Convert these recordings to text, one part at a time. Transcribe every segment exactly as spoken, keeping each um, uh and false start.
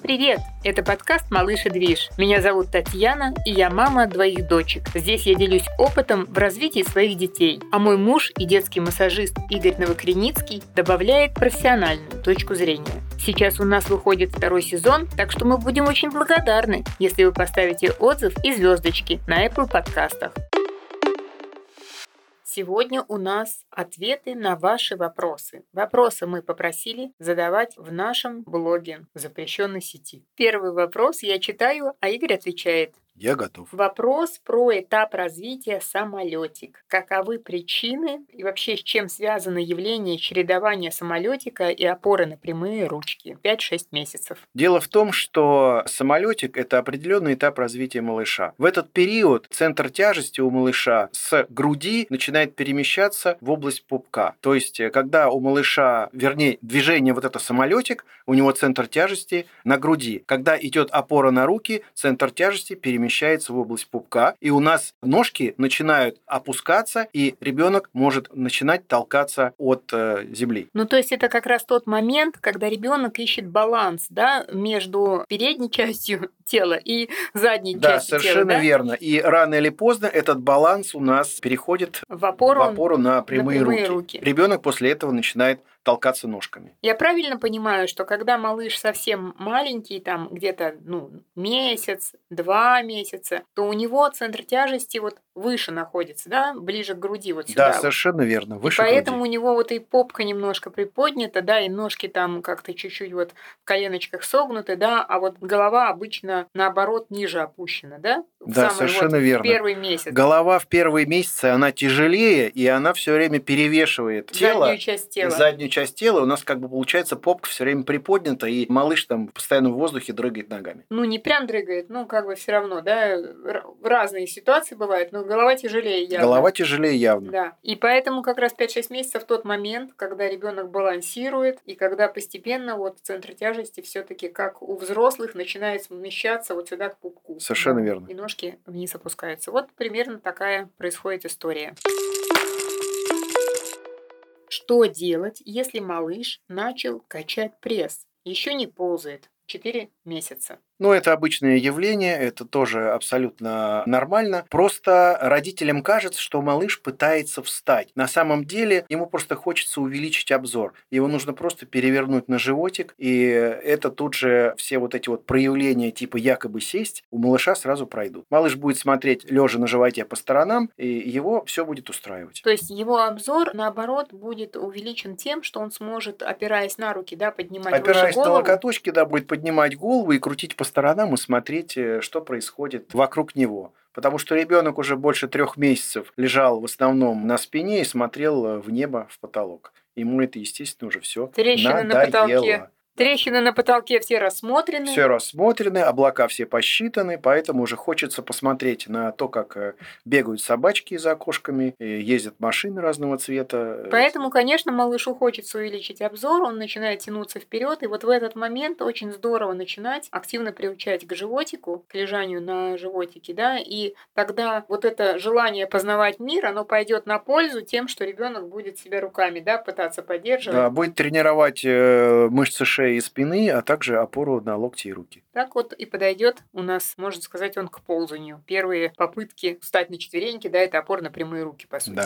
привет! Это подкаст «Малыш и движ». Меня зовут Татьяна, и я мама двоих дочек. Здесь я делюсь опытом в развитии своих детей. А мой муж и детский массажист Игорь Новокреницкий добавляет профессиональную точку зрения. Сейчас у нас выходит второй сезон, так что мы будем очень благодарны, если вы поставите отзыв и звездочки на Apple подкастах. Сегодня у нас ответы на ваши вопросы. Вопросы мы попросили задавать в нашем блоге в запрещенной сети. Первый вопрос я читаю, а Игорь отвечает. Я готов. Вопрос про этап развития самолетик. Каковы причины и вообще с чем связано явление чередования самолетика и опоры на прямые ручки? пять-шесть месяцев. Дело в том, что самолетик – это определенный этап развития малыша. В этот период центр тяжести у малыша с груди начинает перемещаться в область пупка. То есть, когда у малыша, вернее, движение вот это самолетик, у него центр тяжести на груди. Когда идет опора на руки, центр тяжести перемещается перемещается в область пупка, и у нас ножки начинают опускаться, и ребенок может начинать толкаться от э, земли. Ну, то есть это как раз тот момент, когда ребенок ищет баланс, да, между передней частью тела и задней да, частью тела. Да, совершенно да? верно. И рано или поздно этот баланс у нас переходит в опору, в опору на прямые, на прямые руки. руки. Ребенок после этого начинает толкаться ножками. Я правильно понимаю, что когда малыш совсем маленький, там где-то ну, месяц, два месяца, то у него центр тяжести вот выше находится, да, ближе к груди вот сюда. Да, совершенно верно, выше и поэтому груди. у него вот и попка немножко приподнята, да, и ножки там как-то чуть-чуть вот в коленочках согнуты, да, а вот голова обычно наоборот ниже опущена, да? В да, самый, совершенно вот, верно. В первый месяц. Голова в первые месяцы, она тяжелее, и она все время перевешивает тело. Заднюю часть тела. Заднюю часть тела. У нас как бы получается попка все время приподнята, и малыш там постоянно в воздухе дрыгает ногами. Ну, не прям дрыгает, ну, как бы все равно, да, разные ситуации бывают, но голова тяжелее явно. Голова тяжелее явно. Да. И поэтому как раз пять-шесть месяцев тот момент, когда ребенок балансирует, и когда постепенно вот центр тяжести все-таки, как у взрослых, начинает смещаться вот сюда к пупку. Совершенно да, верно. И ножки вниз опускаются. Вот примерно такая происходит история. Что делать, если малыш начал качать пресс? Еще не ползает. четыре месяца. Ну, это обычное явление, это тоже абсолютно нормально. Просто родителям кажется, что малыш пытается встать. На самом деле ему просто хочется увеличить обзор. Его нужно просто перевернуть на животик, и это тут же все вот эти вот проявления типа якобы сесть у малыша сразу пройдут. Малыш будет смотреть лежа на животе по сторонам, и его все будет устраивать. То есть его обзор, наоборот, будет увеличен тем, что он сможет, опираясь на руки, да, поднимать опираясь выше голову. на локоточки, да, будет поднимать голову и крутить по сторонам и смотреть, что происходит вокруг него. Потому что ребенок уже больше трех месяцев лежал в основном на спине и смотрел в небо, в потолок. Ему это, естественно, уже все Трещины надоело. на потолке. Трещины на потолке все рассмотрены. Все рассмотрены, облака все посчитаны, поэтому уже хочется посмотреть на то, как бегают собачки за окошками, ездят машины разного цвета. Поэтому, конечно, малышу хочется увеличить обзор, он начинает тянуться вперед, и вот в этот момент очень здорово начинать активно приучать к животику, к лежанию на животике, да, и тогда вот это желание познавать мир, оно пойдет на пользу тем, что ребенок будет себя руками, да, пытаться поддерживать. Да, будет тренировать мышцы шеи и спины, а также опору на локти и руки. Так вот и подойдет у нас, можно сказать, он к ползанию. Первые попытки встать на четвереньки, да, это опора на прямые руки, по сути. Да.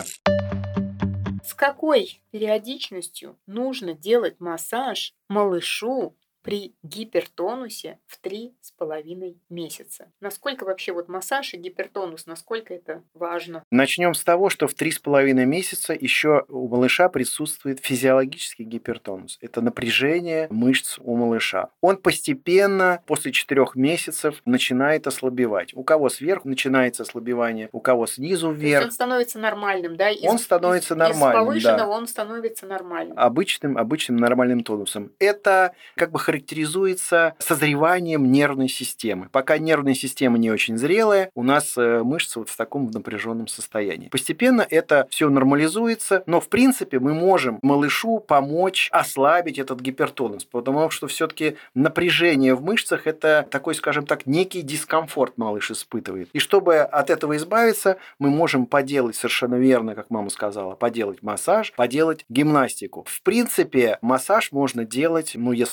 С какой периодичностью нужно делать массаж малышу при гипертонусе в три с половиной месяца? Насколько вообще вот массаж и гипертонус, насколько это важно? Начнем с того, что в три с половиной месяца еще у малыша присутствует физиологический гипертонус. Это напряжение мышц у малыша. Он постепенно после четырех месяцев начинает ослабевать. У кого сверху начинается ослабевание, у кого снизу вверх. То есть он становится нормальным, да? Из, он становится из, нормальным, из повышенного да. он становится нормальным. Обычным, обычным нормальным тонусом. Это как бы характеризуется созреванием нервной системы. Пока нервная система не очень зрелая, у нас мышцы вот в таком напряженном состоянии. Постепенно это все нормализуется, но в принципе мы можем малышу помочь ослабить этот гипертонус, потому что все-таки напряжение в мышцах это такой, скажем так, некий дискомфорт малыш испытывает. И чтобы от этого избавиться, мы можем поделать совершенно верно, как мама сказала, поделать массаж, поделать гимнастику. В принципе, массаж можно делать, ну если у нас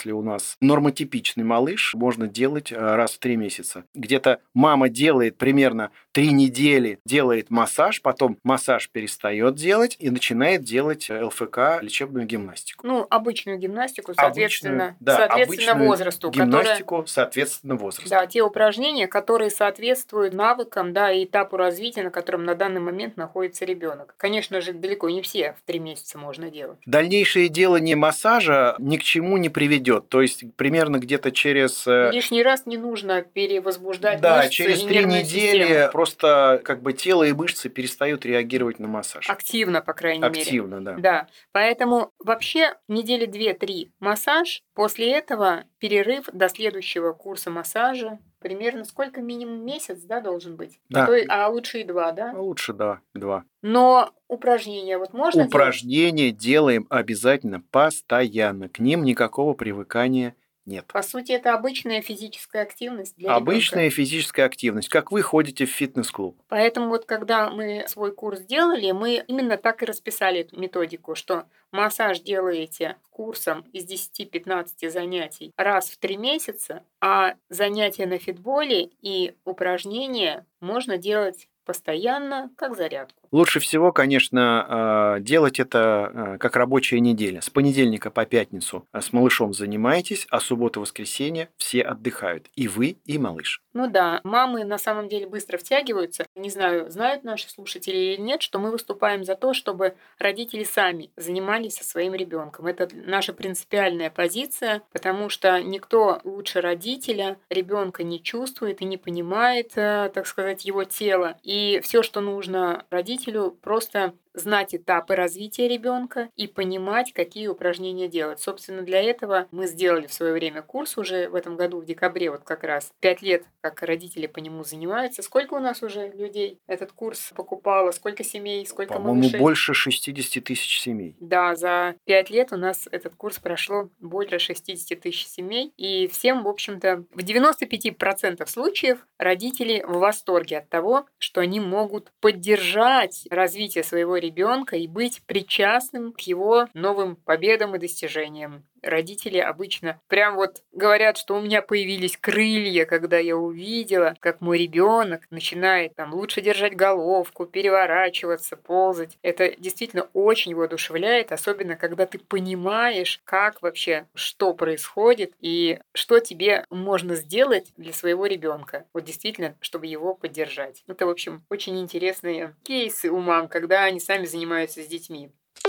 нас нормотипичный малыш, можно делать раз в три месяца. Где-то мама делает примерно три недели, делает массаж, потом массаж перестает делать и начинает делать ЛФК, лечебную гимнастику. Ну, обычную гимнастику, соответственно, обычную, да, соответственно возрасту. Гимнастику, которая... соответственно, возрасту. Да, те упражнения, которые соответствуют навыкам, да, и этапу развития, на котором на данный момент находится ребенок. Конечно же, далеко не все в три месяца можно делать. Дальнейшее делание массажа ни к чему не приведет. То есть примерно где-то через... Лишний раз не нужно перевозбуждать да, мышцы через и три нервную недели систему. просто как бы тело и мышцы перестают реагировать на массаж. Активно, по крайней Активно, мере. да. Да. Поэтому вообще недели две-три массаж, после этого перерыв до следующего курса массажа. Примерно сколько? Минимум месяц, да, должен быть? Да. А, то, а лучше и два, да? Лучше, да, два. Но упражнения вот можно Упражнения делать? делаем обязательно постоянно. К ним никакого привыкания нет. По сути, это обычная физическая активность для Обычная ребенка. физическая активность, как вы ходите в фитнес-клуб. Поэтому вот когда мы свой курс делали, мы именно так и расписали эту методику, что массаж делаете курсом из десяти-пятнадцати занятий раз в три месяца, а занятия на фитболе и упражнения можно делать постоянно, как зарядку. Лучше всего, конечно, делать это как рабочая неделя. С понедельника по пятницу с малышом занимаетесь, а суббота-воскресенье все отдыхают. И вы, и малыш. Ну да, мамы на самом деле быстро втягиваются. Не знаю, знают наши слушатели или нет, что мы выступаем за то, чтобы родители сами занимались со своим ребенком. Это наша принципиальная позиция, потому что никто лучше родителя ребенка не чувствует и не понимает, так сказать, его тело. И все, что нужно родителю, просто знать этапы развития ребенка и понимать, какие упражнения делать. Собственно, для этого мы сделали в свое время курс уже в этом году, в декабре, вот как раз пять лет, как родители по нему занимаются. Сколько у нас уже людей этот курс покупало? Сколько семей? Сколько По-моему, малышей? больше шестьдесят тысяч семей. Да, за пять лет у нас этот курс прошло больше шестьдесят тысяч семей. И всем, в общем-то, в девяноста пяти процентах случаев родители в восторге от того, что они могут поддержать развитие своего ребенка и быть причастным к его новым победам и достижениям. Родители обычно прям вот говорят, что у меня появились крылья, когда я увидела, как мой ребенок начинает там лучше держать головку, переворачиваться, ползать. Это действительно очень воодушевляет, особенно когда ты понимаешь, как вообще, что происходит и что тебе можно сделать для своего ребенка. Вот действительно, чтобы его поддержать. Это, в общем, очень интересные кейсы у мам, когда они сами занимаются с детьми.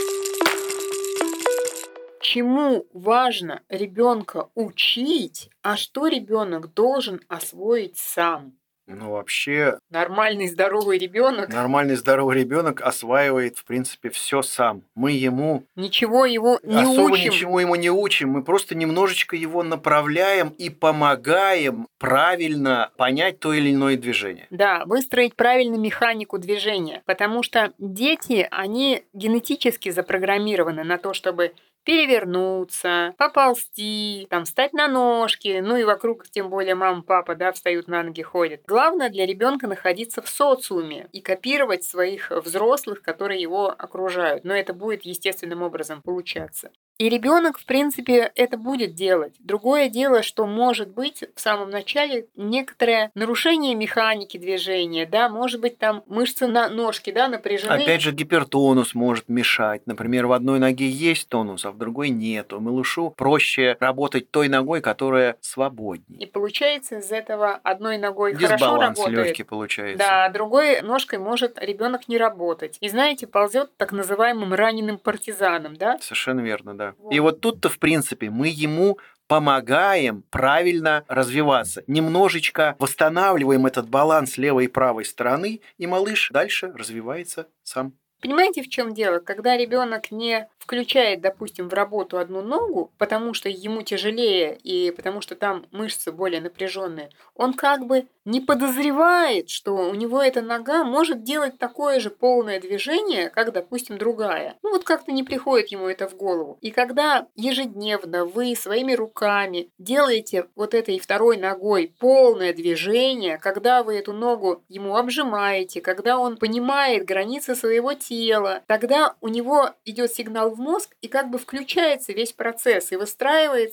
Чему важно ребенка учить, а что ребенок должен освоить сам? Ну, вообще, Нормальный здоровый ребенок нормальный здоровый ребенок осваивает, в принципе, все сам. Мы ему ничего его не особо учим. ничего ему не учим. Мы просто немножечко его направляем и помогаем правильно понять то или иное движение. Да, выстроить правильно механику движения, потому что дети, они генетически запрограммированы на то, чтобы перевернуться, поползти, там, встать на ножки, ну и вокруг, тем более, мама, папа, да, встают на ноги, ходят. Главное для ребенка находиться в социуме и копировать своих взрослых, которые его окружают. Но это будет естественным образом получаться. И ребенок, в принципе, это будет делать. Другое дело, что может быть в самом начале некоторое нарушение механики движения, да, может быть там мышцы на ножке, да, напряжены. Опять же, гипертонус может мешать. Например, в одной ноге есть тонус, а в другой нету. Малышу проще работать той ногой, которая свободнее. И получается из этого одной ногой хорошо Дисбаланс работает. легкий получается. Да, а другой ножкой может ребенок не работать. И знаете, ползет так называемым раненым партизаном, да? Совершенно верно, да. Вот. И вот тут-то, в принципе, мы ему помогаем правильно развиваться. Немножечко восстанавливаем этот баланс левой и правой стороны, и малыш дальше развивается сам. Понимаете, в чем дело? Когда ребенок не включает, допустим, в работу одну ногу, потому что ему тяжелее и потому что там мышцы более напряженные, он как бы не подозревает, что у него эта нога может делать такое же полное движение, как, допустим, другая. Ну вот как-то не приходит ему это в голову. И когда ежедневно вы своими руками делаете вот этой второй ногой полное движение, когда вы эту ногу ему обжимаете, когда он понимает границы своего тела, тогда у него идет сигнал в мозг и как бы включается весь процесс и выстраивается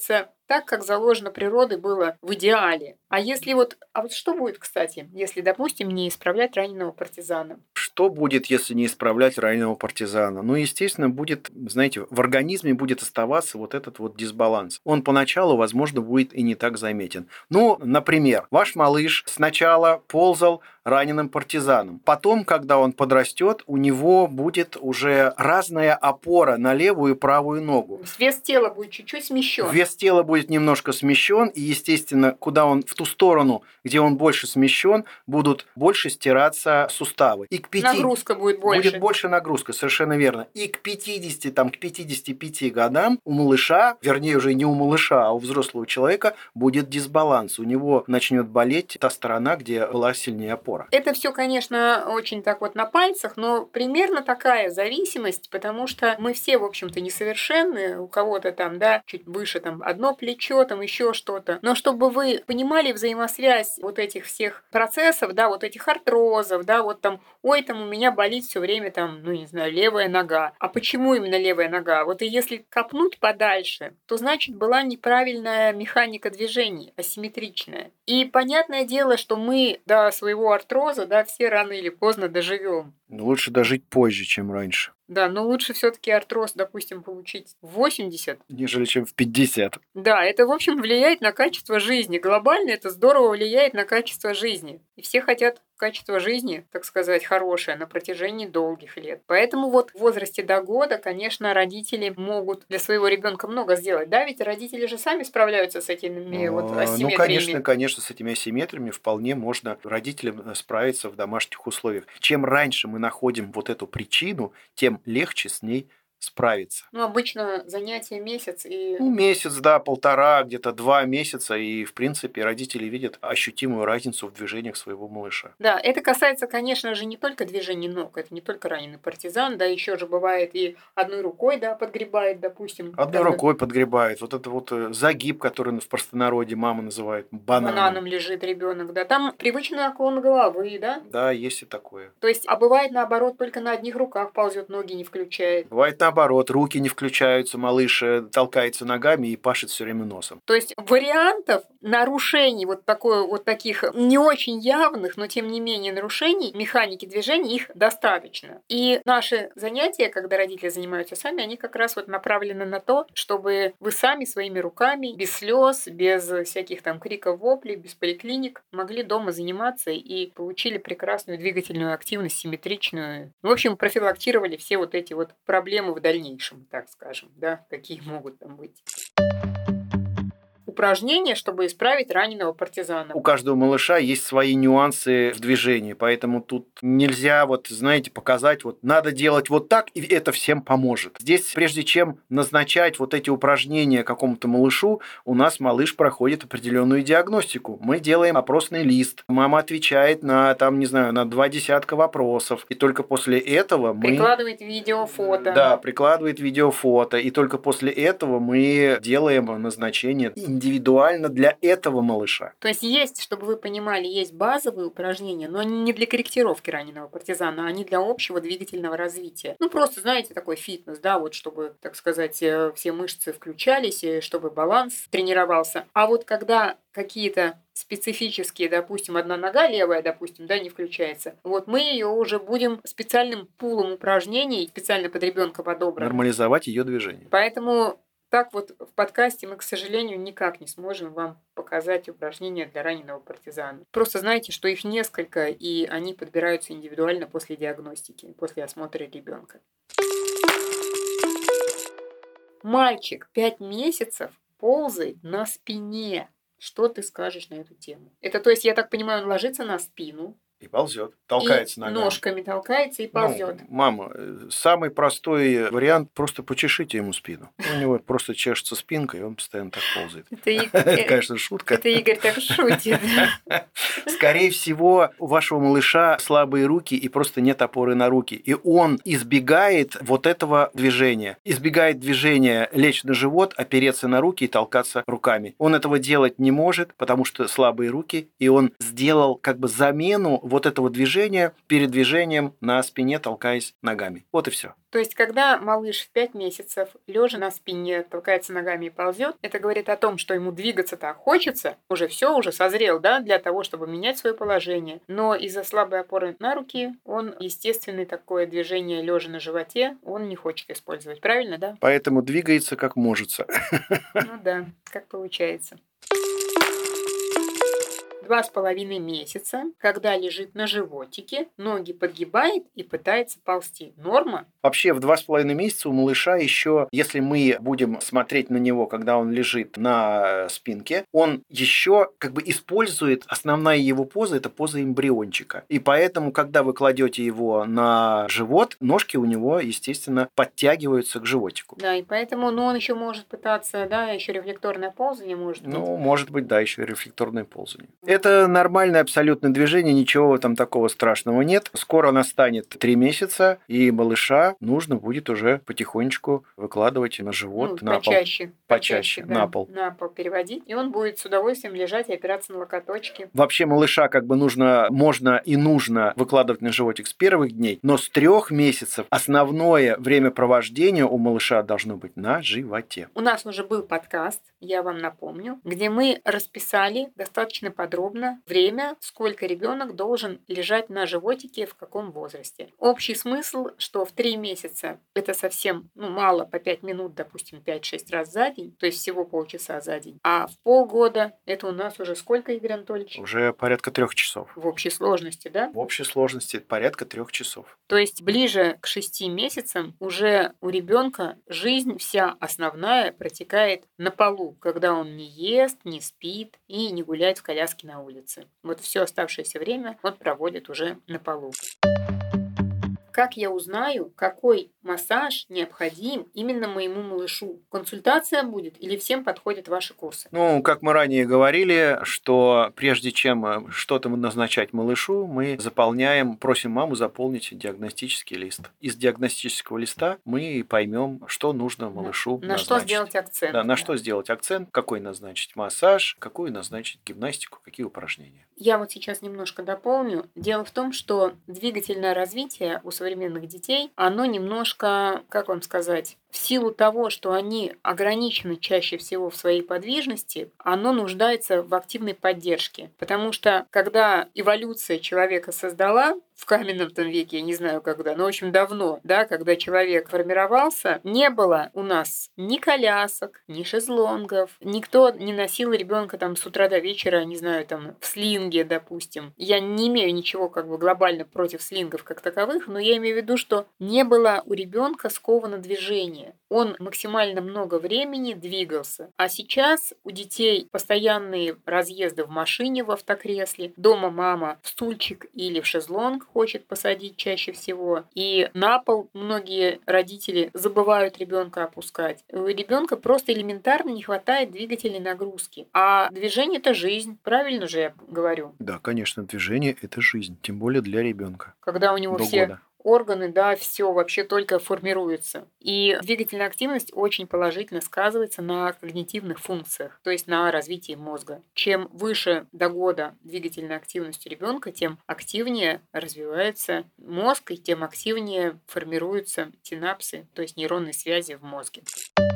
так, как заложено природой было в идеале. А если вот, а вот что будет, кстати, если, допустим, не исправлять раненого партизана? Что будет, если не исправлять раненого партизана? Ну, естественно, будет, знаете, в организме будет оставаться вот этот вот дисбаланс. Он поначалу, возможно, будет и не так заметен. Ну, например, ваш малыш сначала ползал раненым партизаном. Потом, когда он подрастет, у него будет уже разная опора на левую и правую ногу. Вес тела будет чуть-чуть смещен. Вес тела будет немножко смещен, и, естественно, куда он в ту сторону, где он больше смещен, будут больше стираться суставы. И к пяти... Нагрузка будет больше. Будет больше нагрузка, совершенно верно. И к пятидесяти, там, к пятидесяти пяти годам у малыша, вернее, уже не у малыша, а у взрослого человека будет дисбаланс. У него начнет болеть та сторона, где была сильнее опора. Это все, конечно, очень так вот на пальцах, но примерно такая зависимость, потому что мы все, в общем-то, несовершенны, у кого-то там, да, чуть выше там одно плечо, там еще что-то. Но чтобы вы понимали взаимосвязь вот этих всех процессов, да, вот этих артрозов, да, вот там, ой, там у меня болит все время там, ну, не знаю, левая нога. А почему именно левая нога? Вот и если копнуть подальше, то, значит, была неправильная механика движений, асимметричная. И понятное дело, что мы до своего артроза, да, все рано или поздно доживем. Но лучше дожить позже, чем раньше. Да, но лучше все-таки артроз, допустим, получить в восемьдесят, нежели чем в пятьдесят. Да, это, в общем, влияет на качество жизни. Глобально это здорово влияет на качество жизни. И все хотят качество жизни, так сказать, хорошее на протяжении долгих лет. Поэтому вот в возрасте до года, конечно, родители могут для своего ребенка много сделать. Да, ведь родители же сами справляются с этими вот асимметриями. Ну, конечно, конечно, с этими асимметриями вполне можно родителям справиться в домашних условиях. Чем раньше мы находим вот эту причину, тем легче с ней справиться. Ну, обычно занятие месяц и... Ну, месяц, да, полтора, где-то два месяца, и, в принципе, родители видят ощутимую разницу в движениях своего малыша. Да, это касается, конечно же, не только движений ног, это не только раненый партизан, да, еще же бывает и одной рукой, да, подгребает, допустим. Одной даже... рукой подгребает. Вот это вот загиб, который в простонародье мама называет бананом. Бананом лежит ребенок, да. Там привычный наклон головы, да? Да, есть и такое. То есть, а бывает наоборот, только на одних руках ползет, ноги не включает. Бывает наоборот. Наоборот, руки не включаются, малыш толкается ногами и пашет все время носом. То есть вариантов нарушений, вот, такой, вот таких не очень явных, но тем не менее нарушений механики движения, их достаточно. И наши занятия, когда родители занимаются сами, они как раз вот направлены на то, чтобы вы сами своими руками, без слез, без всяких там криков, воплей, без поликлиник, могли дома заниматься и получили прекрасную двигательную активность, симметричную. В общем, профилактировали все вот эти вот проблемы в дальнейшем, так скажем, да, какие могут там быть. Упражнения, чтобы исправить раненого партизана. У каждого малыша есть свои нюансы в движении, поэтому тут нельзя, вот, знаете, показать, вот, надо делать вот так, и это всем поможет. Здесь, прежде чем назначать вот эти упражнения какому-то малышу, у нас малыш проходит определенную диагностику. Мы делаем опросный лист, мама отвечает на, там, не знаю, на два десятка вопросов, и только после этого мы... Прикладывает видео, фото. Да, прикладывает видео, фото, и только после этого мы делаем назначение индивидуально для этого малыша. То есть есть, чтобы вы понимали, есть базовые упражнения, но они не для корректировки раненого партизана, они для общего двигательного развития. Ну, просто, знаете, такой фитнес, да, вот чтобы, так сказать, все мышцы включались, и чтобы баланс тренировался. А вот когда какие-то специфические, допустим, одна нога левая, допустим, да, не включается, вот мы ее уже будем специальным пулом упражнений, специально под ребенка подобран. Нормализовать ее движение. Поэтому так вот в подкасте мы, к сожалению, никак не сможем вам показать упражнения для раненого партизана. Просто знайте, что их несколько, и они подбираются индивидуально после диагностики, после осмотра ребенка. Мальчик пять месяцев ползает на спине. Что ты скажешь на эту тему? Это, то есть, я так понимаю, он ложится на спину. И ползет, толкается и ногами. Ножками толкается и ползет. Ну, мама, самый простой вариант – просто почешите ему спину. У него просто чешется спинка, и он постоянно так ползает. Это, конечно, шутка. Это Игорь так шутит. Скорее всего, у вашего малыша слабые руки и просто нет опоры на руки. И он избегает вот этого движения. Избегает движения лечь на живот, опереться на руки и толкаться руками. Он этого делать не может, потому что слабые руки, и он сделал как бы замену вот этого движения, передвижением на спине, толкаясь ногами. Вот и все. То есть, когда малыш в пять месяцев, лежа на спине, толкается ногами и ползет, это говорит о том, что ему двигаться-то хочется, уже все, уже созрел, да, для того, чтобы менять свое положение. Но из-за слабой опоры на руки он, естественное такое движение лежа на животе, он не хочет использовать. Правильно, да? Поэтому двигается как может. Ну да, как получается. Два с половиной месяца, когда лежит на животике, ноги подгибает и пытается ползти. Норма? Вообще в два с половиной месяца у малыша еще, если мы будем смотреть на него, когда он лежит на спинке, он еще как бы использует, основная его поза – это поза эмбриончика. И поэтому, когда вы кладете его на живот, ножки у него, естественно, подтягиваются к животику. Да, и поэтому, ну, он еще может пытаться, да, еще рефлекторное ползание может быть. Ну, может быть, да, еще рефлекторное ползание. Это нормальное абсолютно движение, ничего там такого страшного нет. Скоро настанет три месяца, и малыша нужно будет уже потихонечку выкладывать на живот, ну, на почаще, пол. Почаще, почаще да, на пол. На пол переводить, и он будет с удовольствием лежать и опираться на локоточки. Вообще малыша как бы нужно, можно и нужно выкладывать на животик с первых дней, но с трех месяцев основное времяпровождение у малыша должно быть на животе. У нас уже был подкаст, я вам напомню, где мы расписали достаточно подробно время, сколько ребенок должен лежать на животике, в каком возрасте. Общий смысл, что в три месяца это совсем ну, мало, по пять минут, допустим, пять-шесть раз за день, то есть всего полчаса за день. А в полгода это у нас уже сколько, Игорь Анатольевич? Уже порядка трех часов. В общей сложности, да? В общей сложности порядка трех часов. То есть ближе к шести месяцам уже у ребенка жизнь вся основная протекает на полу, когда он не ест, не спит и не гуляет в коляске на улице. Вот все оставшееся время он проводит уже на полу. Как я узнаю, какой массаж необходим именно моему малышу? Консультация будет или всем подходят ваши курсы? Ну, как мы ранее говорили, что прежде чем что-то назначать малышу, мы заполняем, просим маму заполнить диагностический лист. Из диагностического листа мы поймем, что нужно малышу на, на назначить. что сделать акцент. Да, на да. что сделать акцент, какой назначить массаж, какую назначить гимнастику, какие упражнения. Я вот сейчас немножко дополню. Дело в том, что двигательное развитие у современных детей, оно немножко, как вам сказать, в силу того, что они ограничены чаще всего в своей подвижности, оно нуждается в активной поддержке. Потому что когда эволюция человека создала, в каменном там веке, я не знаю когда, но очень давно, да, когда человек формировался, не было у нас ни колясок, ни шезлонгов, никто не носил ребенка там с утра до вечера, не знаю, там в слинге, допустим. Я не имею ничего как бы глобально против слингов как таковых, но я имею в виду, что не было у ребенка сковано движение. Он максимально много времени двигался. А сейчас у детей постоянные разъезды в машине в автокресле, дома мама в стульчик или в шезлонг хочет посадить чаще всего. И на пол многие родители забывают ребенка опускать. У ребенка просто элементарно не хватает двигательной нагрузки. А движение – это жизнь. Правильно же я говорю? Да, конечно, движение – это жизнь, тем более для ребенка. Когда у него До все... года. Органы, да, все вообще только формируются. И двигательная активность очень положительно сказывается на когнитивных функциях, то есть на развитии мозга. Чем выше до года двигательная активность у ребенка, тем активнее развивается мозг и тем активнее формируются синапсы, то есть нейронные связи в мозге.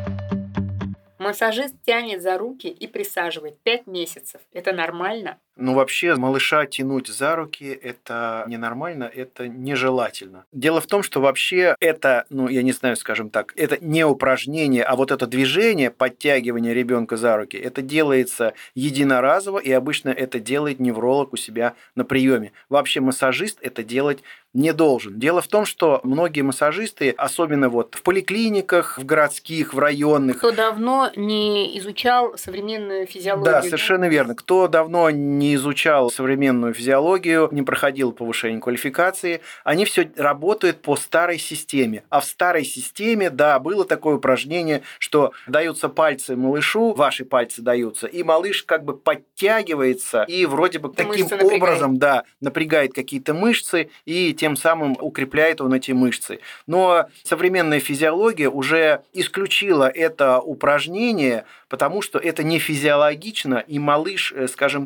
Массажист тянет за руки и присаживает пять месяцев. Это нормально? Ну, вообще, малыша тянуть за руки – это ненормально, это нежелательно. Дело в том, что вообще это, ну, я не знаю, скажем так, это не упражнение, а вот это движение, подтягивание ребенка за руки, это делается единоразово, и обычно это делает невролог у себя на приеме. Вообще массажист это делать не должен. Дело в том, что многие массажисты, особенно вот в поликлиниках, в городских, в районных… Кто давно не изучал современную физиологию. Да, совершенно да? верно. Кто давно не изучал современную физиологию, не проходил повышение квалификации, они все работают по старой системе. А в старой системе, да, было такое упражнение, что даются пальцы малышу, ваши пальцы даются, и малыш как бы подтягивается, и вроде бы таким образом, да, напрягает какие-то мышцы, и тем самым укрепляет он эти мышцы. Но современная физиология уже исключила это упражнение, потому что это не физиологично, и малыш, скажем так, в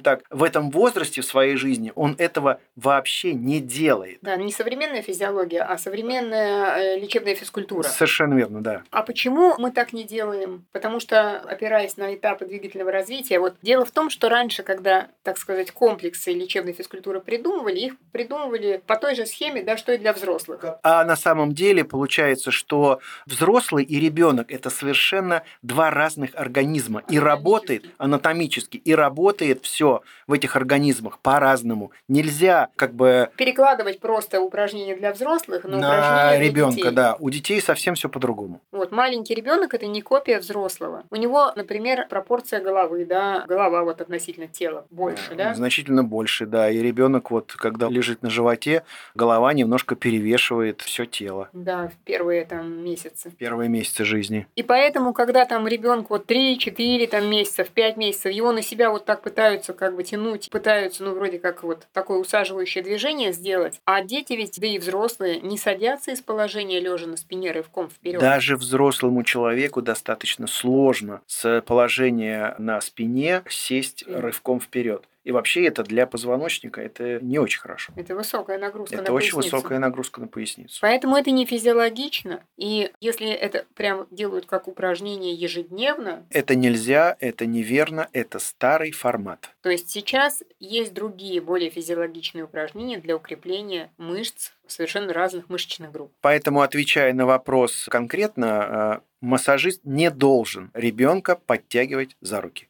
этом возрасте в своей жизни он этого вообще не делает. Да, не современная физиология, а современная э, лечебная физкультура. Совершенно верно, да. А почему мы так не делаем? Потому что, опираясь на этапы двигательного развития, вот дело в том, что раньше, когда, так сказать, комплексы лечебной физкультуры придумывали, их придумывали по той же схеме, да, что и для взрослых. А на самом деле получается, что взрослый и ребенок это совершенно два разных организма. И работает анатомически, и работает все в этих организмах по-разному. Нельзя как бы перекладывать просто упражнения для взрослых на, на упражнения для ребенка, детей. да. У детей совсем все по-другому. Вот маленький ребенок это не копия взрослого. У него, например, пропорция головы, да, голова вот относительно тела больше, да? Значительно больше, да. И ребенок вот, когда лежит на животе, голова немножко перевешивает все тело. Да, в первые там месяцы. В первые месяцы жизни. И поэтому, когда там ребенку вот три-четыре там месяцев, пять месяцев, его на себя вот так пытаются как бы тянуть, пытаются, ну, вроде как вот такое усаживающее движение сделать, а дети ведь, да и взрослые, не садятся из положения лежа на спине рывком вперед. Даже взрослому человеку достаточно сложно с положения на спине сесть рывком вперед. И вообще это для позвоночника это не очень хорошо. Это высокая нагрузка это на поясницу. Это очень поясницу. высокая нагрузка на поясницу. Поэтому это не физиологично. И если это прям делают как упражнение ежедневно... Это нельзя, это неверно, это старый формат. То есть сейчас есть другие, более физиологичные упражнения для укрепления мышц совершенно разных мышечных групп. Поэтому, отвечая на вопрос конкретно, массажист не должен ребенка подтягивать за руки.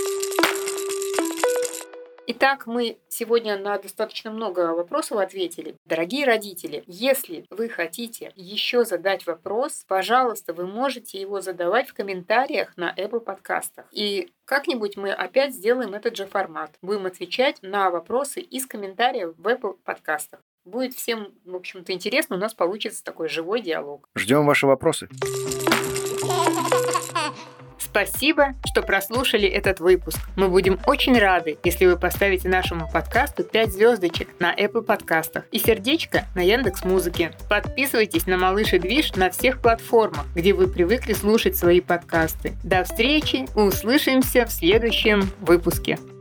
Итак, мы сегодня на достаточно много вопросов ответили. Дорогие родители, если вы хотите еще задать вопрос, пожалуйста, вы можете его задавать в комментариях на Apple подкастах. И как-нибудь мы опять сделаем этот же формат. Будем отвечать на вопросы из комментариев в Apple подкастах. Будет всем, в общем-то, интересно, у нас получится такой живой диалог. Ждем ваши вопросы. Спасибо, что прослушали этот выпуск. Мы будем очень рады, если вы поставите нашему подкасту пять звездочек на Apple подкастах и сердечко на Яндекс.Музыке. Подписывайтесь на Малыш и Движ на всех платформах, где вы привыкли слушать свои подкасты. До встречи, услышимся в следующем выпуске.